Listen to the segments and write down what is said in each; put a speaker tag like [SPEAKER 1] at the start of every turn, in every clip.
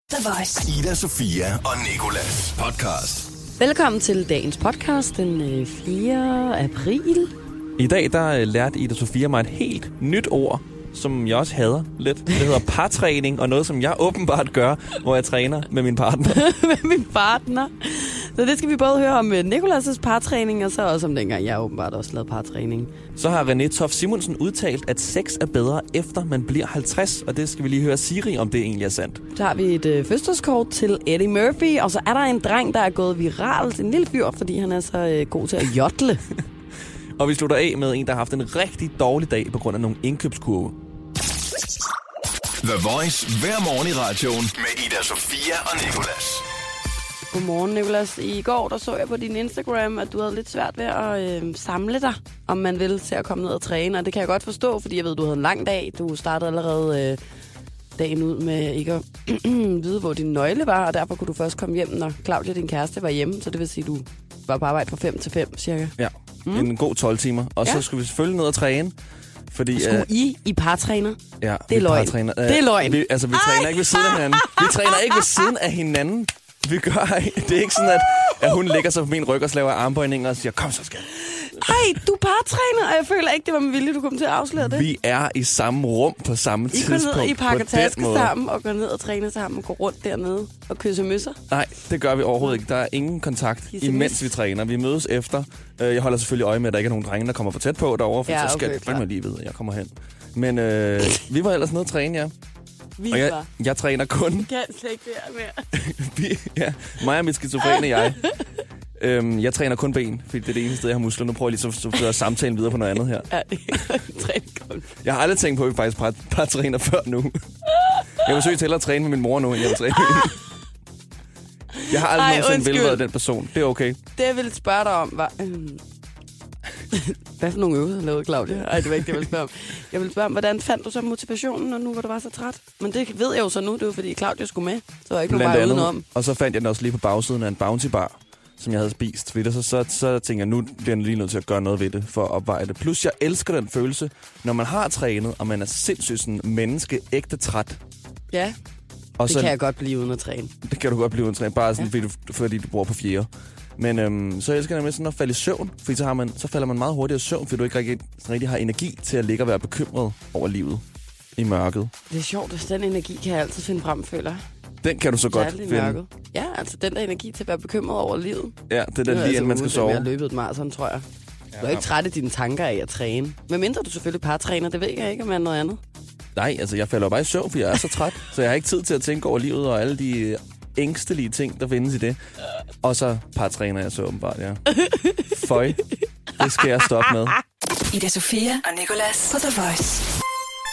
[SPEAKER 1] The Voice.
[SPEAKER 2] Ida, Sofia og Nicolas podcast.
[SPEAKER 3] Velkommen til dagens podcast den 4. april.
[SPEAKER 4] I dag der lærte Ida Sofia mig et helt nyt ord, som jeg også hader lidt. Det hedder partræning, og noget, som jeg åbenbart gør, hvor jeg træner med min partner.
[SPEAKER 3] Med min partner. Så det skal vi både høre om Nicolas' partræning, og så også om dengang jeg åbenbart også lavede partræning.
[SPEAKER 4] Så har René Toft Simonsen udtalt, at sex er bedre efter man bliver 50, og det skal vi lige høre Siri, om det egentlig er sandt.
[SPEAKER 3] Så har vi et fødselskort til Eddie Murphy, og så er der en dreng, der er gået viralt, en lille fyr, fordi han er så god til at jodle.
[SPEAKER 4] Og vi slutter af med en, der har haft en rigtig dårlig dag på grund af nogle indkøbskurve.
[SPEAKER 2] The Voice hver morgen i radioen med Ida Sofia og Nicolas.
[SPEAKER 3] Godmorgen, Nicolas. I går der så jeg på din Instagram, at du havde lidt svært ved at samle dig, om man ville, til at komme ned og træne. Og det kan jeg godt forstå, fordi jeg ved, du havde en lang dag. Du startede allerede dagen ud med ikke at vide, hvor din nøgle var, og derfor kunne du først komme hjem, når Claudia, din kæreste, var hjemme. Så det vil sige, at du var på arbejde fra 5 til 5, cirka.
[SPEAKER 4] Ja, en god 12 timer. Og så skulle vi selvfølgelig ned og træne. Fordi,
[SPEAKER 3] skulle I partræner?
[SPEAKER 4] Ja,
[SPEAKER 3] det er løgn.
[SPEAKER 4] Det
[SPEAKER 3] er løgn.
[SPEAKER 4] Vi træner ikke ved siden af hinanden. Vi træner ikke ved siden af hinanden. Vi gør det er ikke sådan, at hun lægger sig på min ryg og laver armbøjninger og siger, kom så skat.
[SPEAKER 3] Ej, du partræner, og jeg føler ikke, det var med vilje, du kom til at afsløre det.
[SPEAKER 4] Vi er i samme rum på samme tidspunkt.
[SPEAKER 3] I går ned, I pakker taske sammen og går ned og træner sammen og går rundt dernede og kysser møsser?
[SPEAKER 4] Nej, det gør vi overhovedet ikke. Der er ingen kontakt, imens vi træner. Vi mødes efter. Jeg holder selvfølgelig øje med, at der ikke er nogen drenge, der kommer for tæt på derovre, for så skal jeg lige vide, at jeg kommer hen. Men vi var ellers nede at træne, ja. Og jeg træner kun...
[SPEAKER 3] Jeg kan slet ikke det her mere.
[SPEAKER 4] Mig og mit skizofrene jeg. Jeg træner kun ben, fordi det er det eneste sted, jeg har muskler. Nu prøver jeg lige så føre samtalen videre på noget andet her.
[SPEAKER 3] Ja, træner kun.
[SPEAKER 4] Jeg har aldrig tænkt på, at vi faktisk bare træner før nu. Jeg forsøger til at træne med min mor nu, end jeg vil træne med hende. Jeg har aldrig nogensinde velværet den person. Det er okay.
[SPEAKER 3] Det, jeg ville spørge dig om, var... Hvad for nogle øvelser lavede Claudia? Ej, det var ikke det, jeg ville spørge om. Jeg ville spørge om, hvordan fandt du så motivationen, når nu hvor du var så træt? Men det ved jeg jo så nu, det var fordi Claudia skulle med. Så var ikke nogen vej udenom.
[SPEAKER 4] Og så fandt jeg den også lige på bagsiden af en Bounty Bar, som jeg havde spist. Så tænker jeg, nu bliver jeg lige nødt til at gøre noget ved det for at opveje det. Plus, jeg elsker den følelse, når man har trænet, og man er sindssygt sådan ægte træt.
[SPEAKER 3] Ja,
[SPEAKER 4] og
[SPEAKER 3] det kan jeg godt blive uden at træne.
[SPEAKER 4] Det kan du godt blive uden at træne, bare sådan, fordi du bor på fjerde. Men så elsker jeg nemlig sådan at falde i søvn, fordi så falder man meget hurtigt i søvn, fordi du ikke rigtig har energi til at ligge og være bekymret over livet i mørket.
[SPEAKER 3] Det er sjovt, at den energi kan jeg altid finde frem, føler.
[SPEAKER 4] Den kan du så godt finde. Mørket.
[SPEAKER 3] Ja, altså den der energi til at være bekymret over livet.
[SPEAKER 4] Ja, det er lige inden man skal sove.
[SPEAKER 3] Jeg har løbet et maraton, tror jeg. Du er ikke træt af dine tanker af at træne. Men mindre du selvfølgelig partræner, det ved jeg ikke, om man noget andet.
[SPEAKER 4] Nej, altså jeg falder bare i søvn, fordi jeg er så træt. Så jeg har ikke tid til at tænke over livet og alle de ængstelige ting, der findes i det. Og så partræner jeg så åbenbart, ja. Føj, det skal jeg stoppe med.
[SPEAKER 1] Ida Sofia og Nicolas på The Voice.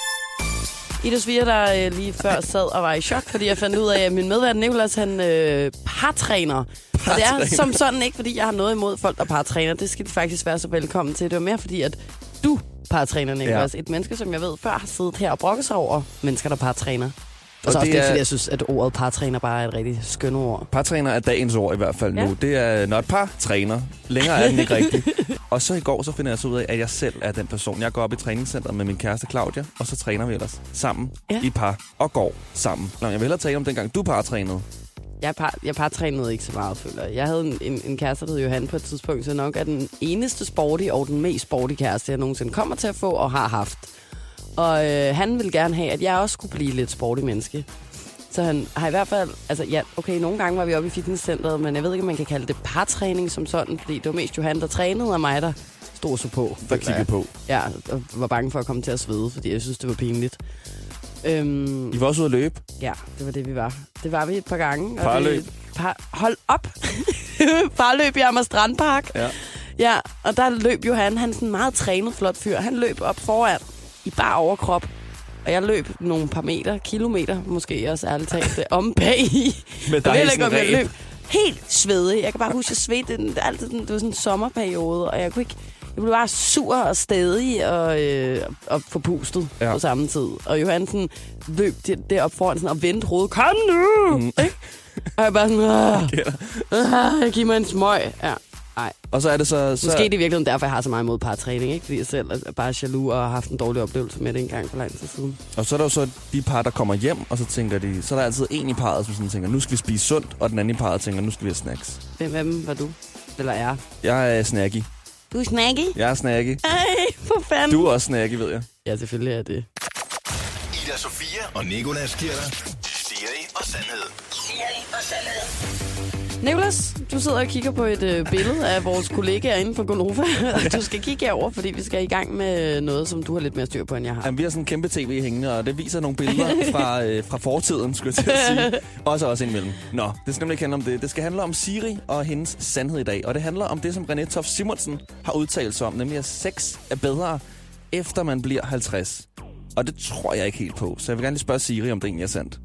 [SPEAKER 3] Ida Sofia, der lige før sad og var i chok, fordi jeg fandt ud af, at min medvært Nicolas, han partræner. Og det er som sådan ikke, fordi jeg har noget imod folk, der partræner. Det skal de faktisk være så velkommen til. Det var mere fordi, at du partræner, Nicolas. Ja. Et menneske, som jeg ved før har siddet her og brokket sig over mennesker, der partræner. Og så også det, fordi jeg synes, at ordet partræner bare er et rigtig skønt ord.
[SPEAKER 4] Partræner er dagens ord i hvert fald nu. Det er not partræner. Længere er den ikke rigtig. Og så i går, så finder jeg så ud af, at jeg selv er den person. Jeg går op i træningscenteret med min kæreste Claudia, og så træner vi ellers sammen i par og går sammen. Jeg vil hellere tale om dengang, du partrænede.
[SPEAKER 3] Jeg partrænede ikke så meget, føler jeg. Jeg havde en kæreste, der hed Johan på et tidspunkt, så nok er den eneste sporty og den mest sporty kæreste, jeg nogensinde kommer til at få og har haft. Og han ville gerne have, at jeg også skulle blive lidt sporty menneske. Så han har i hvert fald... Altså, ja, okay, nogle gange var vi oppe i fitnesscenteret, men jeg ved ikke, om man kan kalde det partræning som sådan, fordi det var mest Johan, der trænede, og mig, der stod så på.
[SPEAKER 4] Der kiggede på.
[SPEAKER 3] Ja, og var bange for at komme til at svede, fordi jeg synes, det var pinligt.
[SPEAKER 4] I var også ude at løbe?
[SPEAKER 3] Ja, det var det, vi var. Det var vi et par gange.
[SPEAKER 4] Parløb?
[SPEAKER 3] Hold op! Parløb i Amager Strandpark.
[SPEAKER 4] Ja.
[SPEAKER 3] Ja, og der løb Johan, han er sådan en meget trænet, flot fyr. Han løb op foran i bare overkrop. Og jeg løb nogle par kilometer, måske også ærligt talt, om bag i.
[SPEAKER 4] Med dig sådan en
[SPEAKER 3] jeg løb helt svedig. Jeg kan bare huske, at jeg svedte. Det var sådan en sommerperiode, og jeg blev bare sur og stædig og forpustet på samme tid. Og Johansen løb derop foran sådan, og vendte hovedet. Kom nu! Og jeg bare sådan, jeg giver mig en smøg. Ja. Nej.
[SPEAKER 4] Og så er det så...
[SPEAKER 3] Måske det er virkelig derfor, jeg har så meget imod partræning, ikke? Fordi jeg selv er bare jaloux og har haft en dårlig oplevelse med det en gang for lang tid siden.
[SPEAKER 4] Og så er der jo så de par, der kommer hjem, og så tænker de... Så er der altid en i parret, som sådan tænker, nu skal vi spise sundt, og den anden i parret tænker, nu skal vi have snacks.
[SPEAKER 3] Hvem af dem var du? Eller er?
[SPEAKER 4] Jeg er snacky.
[SPEAKER 3] Du er snacky?
[SPEAKER 4] Jeg er snacky.
[SPEAKER 3] Ej, for fanden.
[SPEAKER 4] Du er også snacky, ved jeg.
[SPEAKER 3] Ja, selvfølgelig er det.
[SPEAKER 2] Ida Sofia og Nicolas giver dig Siri og Sandhed. Siri og Sandhed.
[SPEAKER 3] Nicolas, du sidder og kigger på et billede af vores kollegaer inde på Gonova. Du skal kigge herover, fordi vi skal i gang med noget, som du har lidt mere styr på, end jeg har.
[SPEAKER 4] Jamen, vi har sådan en kæmpe tv hængende, og det viser nogle billeder fra fortiden, skulle jeg til at sige. Også indimellem. Nå, det skal nemlig ikke handle om det. Det skal handle om Siri og hendes sandhed i dag. Og det handler om det, som René Toft Simonsen har udtalt sig om, nemlig at sex er bedre, efter man bliver 50. Og det tror jeg ikke helt på, så jeg vil gerne lige spørge Siri, om det egentlig er sandt.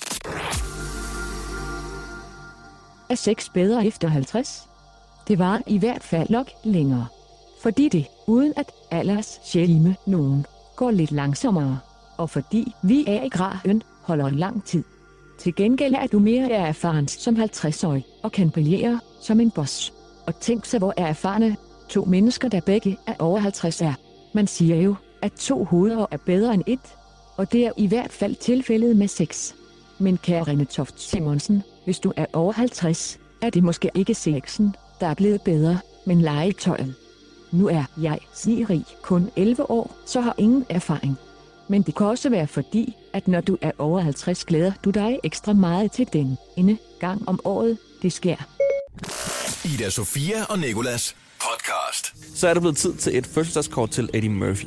[SPEAKER 5] Er sex bedre efter 50? Det var i hvert fald nok længere. Fordi det, uden at alderssjælme nogen, går lidt langsommere. Og fordi vi er i graden, holder lang tid. Til gengæld er du mere erfaren som 50-årig, og kan brillere som en boss. Og tænk så, hvor erfarne 2 mennesker, der begge er over 50 er. Man siger jo, at 2 hoveder er bedre end 1. Og det er i hvert fald tilfældet med sex. Men kære René Toft Simonsen, hvis du er over 50, er det måske ikke sexen, der er blevet bedre, men legetøjet. Nu er jeg, Siri, kun 11 år, så har ingen erfaring. Men det kan også være fordi, at når du er over 50, glæder du dig ekstra meget til den ene gang om året, det sker.
[SPEAKER 2] Ida Sofia og Nicolas podcast.
[SPEAKER 4] Så er det blevet tid til et fødselsdagskort til Eddie Murphy.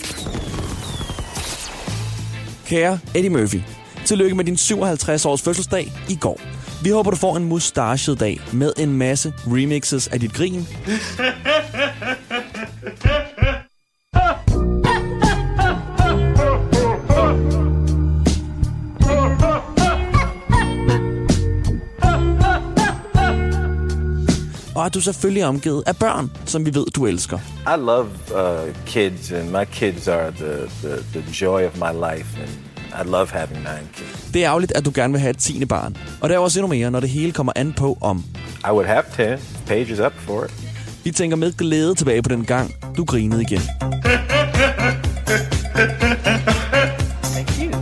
[SPEAKER 4] Kære Eddie Murphy, tillykke med din 57-års fødselsdag i går. Vi håber, du får en mustachet dag med en masse remixes af dit grin. Og at du selvfølgelig er omgivet af børn, som vi ved, du elsker.
[SPEAKER 6] I love kids, and my kids are the joy of my life, and I love having 9 kids.
[SPEAKER 4] Det er ærgerligt, at du gerne vil have et 10. barn. Og der er også endnu mere, når det hele kommer an på om...
[SPEAKER 6] I would have 10. Paige is up for it.
[SPEAKER 4] Vi tænker med glæde tilbage på den gang, du grinede igen.
[SPEAKER 6] Thank you.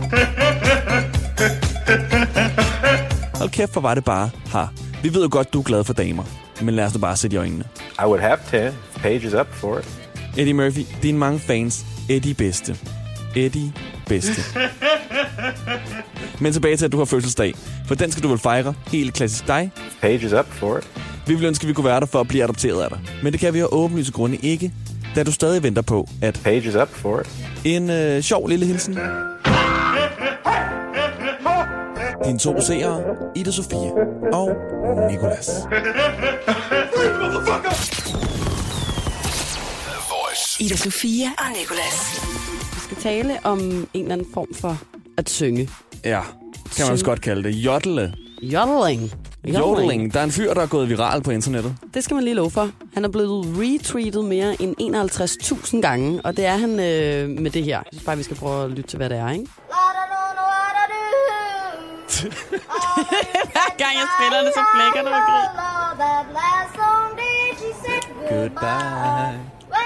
[SPEAKER 4] Hold kæft, for var det bare har. Vi ved jo godt, du er glad for damer. Men lad os da bare sætte i øjnene.
[SPEAKER 6] I would have 10. Paige is up for it.
[SPEAKER 4] Eddie Murphy, dine mange fans. Eddie bedste. Eddie bedste. Men tilbage til, at du har fødselsdag. For den skal du vel fejre. Helt klassisk dig.
[SPEAKER 6] Paige is up for it.
[SPEAKER 4] Vi vil ønske, at vi kunne være der for at blive adopteret af dig. Men det kan vi jo åbenlyse grunde ikke, da du stadig venter på, at...
[SPEAKER 6] Paige is up for it.
[SPEAKER 4] En sjov lille hilsen. Dine 2 seere, Ida Sofia og Nicolas.
[SPEAKER 1] Ida Sofia og Nicolas.
[SPEAKER 3] Vi skal tale om en eller anden form for at synge.
[SPEAKER 4] Ja, kan man også godt kalde det. Jodle.
[SPEAKER 3] Jodeling.
[SPEAKER 4] Jodeling. Der er en fyr, der er gået viral på internettet.
[SPEAKER 3] Det skal man lige love for. Han er blevet retweetet mere end 51.000 gange, og det er han med det her. Jeg synes bare, vi skal prøve at lytte til, hvad det er, ikke? Hver gang jeg spiller det, så flækker det og grin.
[SPEAKER 4] Goodbye.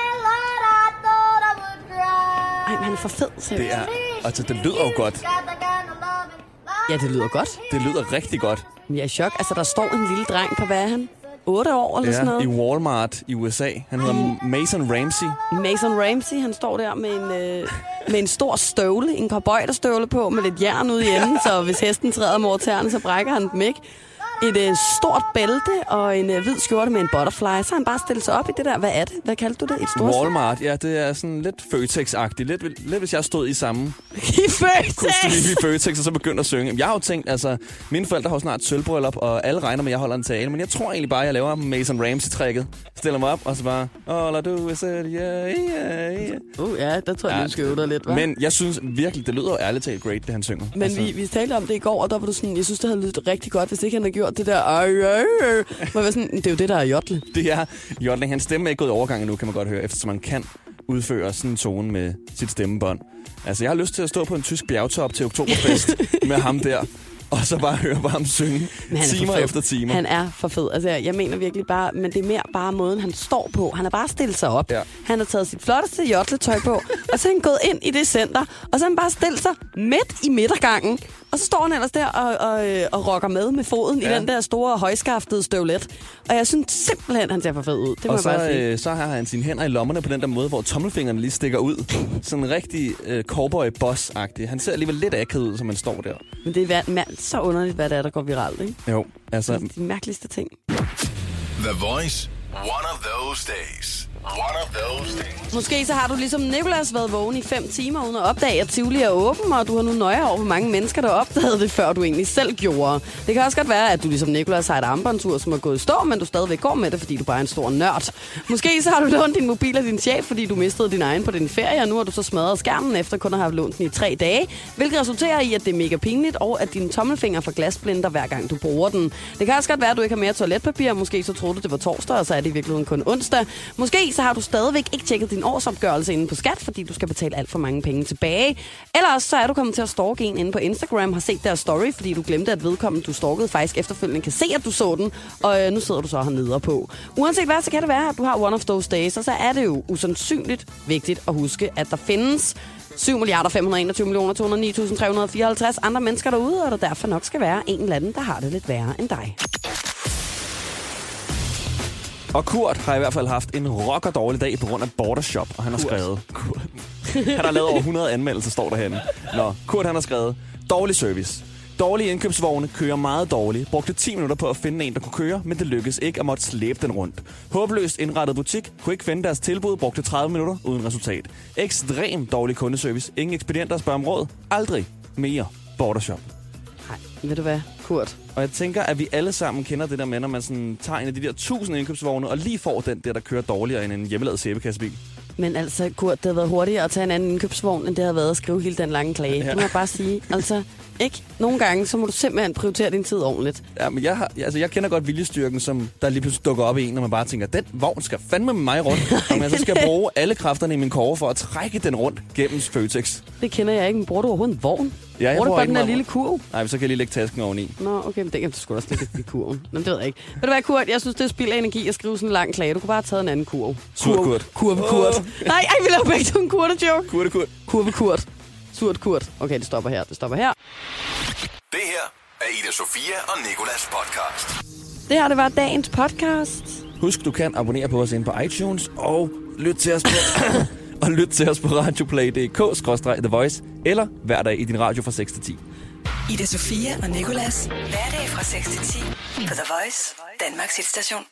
[SPEAKER 3] Ej, men han er for fed, seriøst.
[SPEAKER 4] Det er... Altså, det lyder jo godt.
[SPEAKER 3] Ja, det lyder godt.
[SPEAKER 4] Det lyder rigtig godt.
[SPEAKER 3] Jeg er i chok. Altså, der står en lille dreng på, hvad er han? 8 år eller sådan noget?
[SPEAKER 4] I Walmart i USA. Han hedder Mason Ramsey.
[SPEAKER 3] Mason Ramsey, han står der med en stor støvle, en cowboyderstøvle på, med lidt jern ude i enden, så hvis hesten træder mod tæerne, så brækker han dem ikke. Et stort bælte og en hvid skjorte med en butterfly. Så har han bare stillet sig op i det der. Hvad er det? Hvad kaldte du det? Et stort...
[SPEAKER 4] Walmart, ja, det er sådan lidt Føtex-agtigt. Lidt hvis jeg stod i samme...
[SPEAKER 3] I Føtex!
[SPEAKER 4] Kostyme i Føtex, og så begyndte at synge. Jeg har jo tænkt, altså, mine forældre har snart sølvbryllup, og alle regner med, at jeg holder en tale. Men jeg tror egentlig bare, at jeg laver Mason Ramsey-trækket. Stiller mig op, og så bare... All I do is say, yeah, yeah, yeah.
[SPEAKER 3] Ja, der tror jeg, du skal øve dig lidt, hva'?
[SPEAKER 4] Men jeg synes virkelig, det lyder jo ærligt talt great, det han synger.
[SPEAKER 3] Men altså... vi talte om det i går, og der var du sådan... Jeg synes, det havde lyttet rigtig godt, hvis ikke han havde gjort det der... Sådan, det er jo det, der er jodle.
[SPEAKER 4] Det er jodling. Hans stemme er ikke gået i overgang endnu, kan man godt høre, eftersom man kan udføre sådan en tone med sit stemmebånd. Altså, jeg har lyst til at stå på en tysk bjergtop til oktoberfest med ham der. og så bare høre ham synge timer efter timer.
[SPEAKER 3] Han er for fed. Altså, jeg mener virkelig bare, men det er mere bare måden, han står på. Han har bare stillet sig op. Ja. Han har taget sit flotteste jotletøj på, og så er han gået ind i det center, og så har han bare stillet sig midt i midtergangen. Og så står han ellers der og rocker med foden i den der store højskaftede støvlet. Og jeg synes simpelthen, han ser for fed ud. Det må
[SPEAKER 4] og
[SPEAKER 3] jeg bare sige.
[SPEAKER 4] Så har han sine hænder i lommerne på den der måde, hvor tommelfingrene lige stikker ud. Sådan en rigtig cowboy-boss-agtig. Han ser alligevel lidt akavet ud, som han står der.
[SPEAKER 3] Men det er så underligt, hvad det er, der går viralt, ikke?
[SPEAKER 4] Jo, altså...
[SPEAKER 3] Det er de mærkeligste ting.
[SPEAKER 2] The Voice. One of those days. One of those days.
[SPEAKER 3] Måske så har du ligesom Nicolas været vågen i 5 timer uden at opdage, at Tivoli er åben, og du har nu nøje over, hvor mange mennesker, der opdagede det, før du egentlig selv gjorde. Det kan også godt være, at du ligesom Nicolas har et armbåndsur, som er gået i stå, men du stadigvæk går med det, fordi du bare er en stor nørd. Måske så har du lånt din mobil af din chef, fordi du mistede din egen på din ferie, og nu har du så smadret skærmen efter kun at have lånt den i 3 dage, hvilket resulterer i, at det er mega pinligt, og at dine tommelfingre får glasblinder hver gang du bruger den. Det kan også godt være, at du ikke har mere toiletpapir, måske så troede du, det var torsdag, og så er det i virkeligheden kun onsdag. Måske så har du stadigvæk ikke tjekket din årsopgørelse inde på skat, fordi du skal betale alt for mange penge tilbage. Ellers så er du kommet til at stalke en inde på Instagram, har set deres story, fordi du glemte, at vedkommende, du stalkede, faktisk efterfølgende kan se, at du så den, og nu sidder du så hernede på. Uanset hvad, så kan det være, at du har one of those days, og så er det jo usandsynligt vigtigt at huske, at der findes 7.521.209.354 andre mennesker derude, og der derfor nok skal være en eller anden, der har det lidt værre end dig.
[SPEAKER 4] Og Kurt har i hvert fald haft en rocker dårlig dag på grund af Bordershop, og han har skrevet... Kurt. Han har lavet over 100 anmeldelser, står derhenne. Nå, Kurt han har skrevet, dårlig service. Dårlige indkøbsvogne kører meget dårligt. Brugte 10 minutter på at finde en, der kunne køre, men det lykkedes ikke og måtte slæbe den rundt. Håbløst indrettet butik, kunne ikke finde deres tilbud, brugte 30 minutter uden resultat. Ekstremt dårlig kundeservice. Ingen ekspedienter spørger om råd. Aldrig mere Bordershop.
[SPEAKER 3] Nej, ved du hvad, Kurt?
[SPEAKER 4] Og jeg tænker, at vi alle sammen kender det der med, når man sådan tager en af de der 1000 indkøbsvogne, og lige får den der kører dårligere end en hjemmelavet sæbekassebil.
[SPEAKER 3] Men altså, Kurt, det havde været hurtigere at tage en anden indkøbsvogn, end det havde været at skrive hele den lange klage. Ja. Det må jeg bare sige. Altså, ikke? Nogle gange, så må du simpelthen prioritere din tid ordentligt.
[SPEAKER 4] Ja, men jeg kender godt viljestyrken, som der lige pludselig dukker op i en, når man bare tænker, den vogn skal fandme med mig rundt. Og man så skal bruge alle kræfterne i min kåre for at trække den rundt gennem Føtex.
[SPEAKER 3] Det kender jeg ikke, men bruger du overhovedet en vogn?
[SPEAKER 4] Ja, jeg
[SPEAKER 3] bruger du bare
[SPEAKER 4] ikke
[SPEAKER 3] den der lille kurv?
[SPEAKER 4] Nej, så kan jeg lige lægge tasken oveni.
[SPEAKER 3] Nå, okay, men den kan du sgu også lægge i kurven. Nå, det ved jeg ikke. Ved du hvad, Kurt? Jeg synes, det er spild af energi at skrive sådan en lang klage. Du kunne bare have taget en anden kurv.
[SPEAKER 4] Kurt.
[SPEAKER 3] Kurve-Kurt. Nej, vi laver begge to en kurte-joke.
[SPEAKER 4] Kurt.
[SPEAKER 3] Kurve-Kurt. Surt Kurt. Okay, det stopper her.
[SPEAKER 2] Det her er Ida Sofia og Nicolas podcast.
[SPEAKER 3] Det her, det var dagens podcast.
[SPEAKER 4] Husk, du kan abonnere på os inde på iTunes og lyt til os på... og lyt til os på radioplay.dk/The Voice, eller hver dag i din radio fra 6 til 10.
[SPEAKER 1] Ida Sofia og Nicolas. Hverdag fra 6 til 10 på The Voice, Danmarks hitstation.